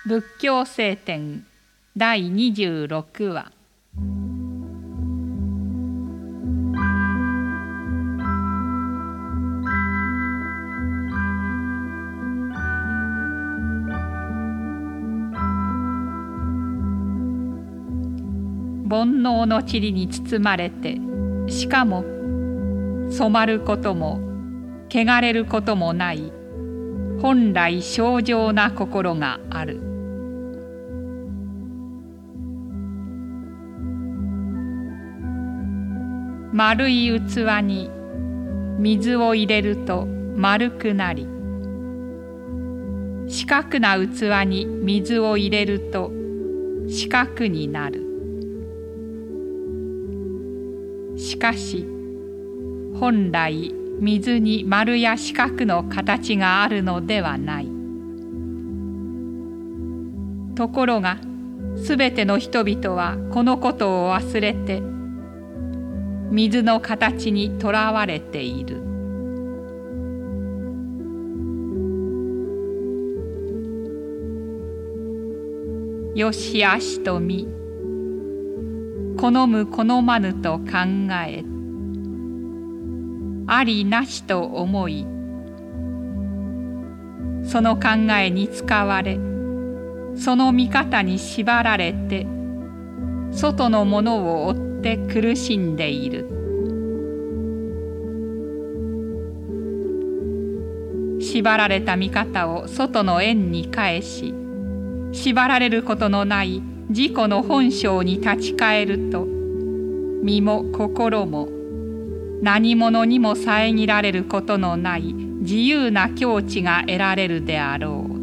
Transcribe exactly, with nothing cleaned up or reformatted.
仏教聖典だいにじゅうろくわ。煩悩の塵に包まれて、しかも染まることも汚れることもない本来清浄な心がある。丸い器に水を入れると丸くなり、四角な器に水を入れると四角になる。しかし本来水に丸や四角の形があるのではない。ところがすべての人々はこのことを忘れて水の形にとらわれている。よしあしとみ、好む好まぬと考え、ありなしと思い、その考えに使われ、その見方に縛られて、外のものを追って苦しんでいる。縛られた見方を外の縁に返し、縛られることのない自己の本性に立ち返ると、身も心も何者にも遮られることのない自由な境地が得られるであろう。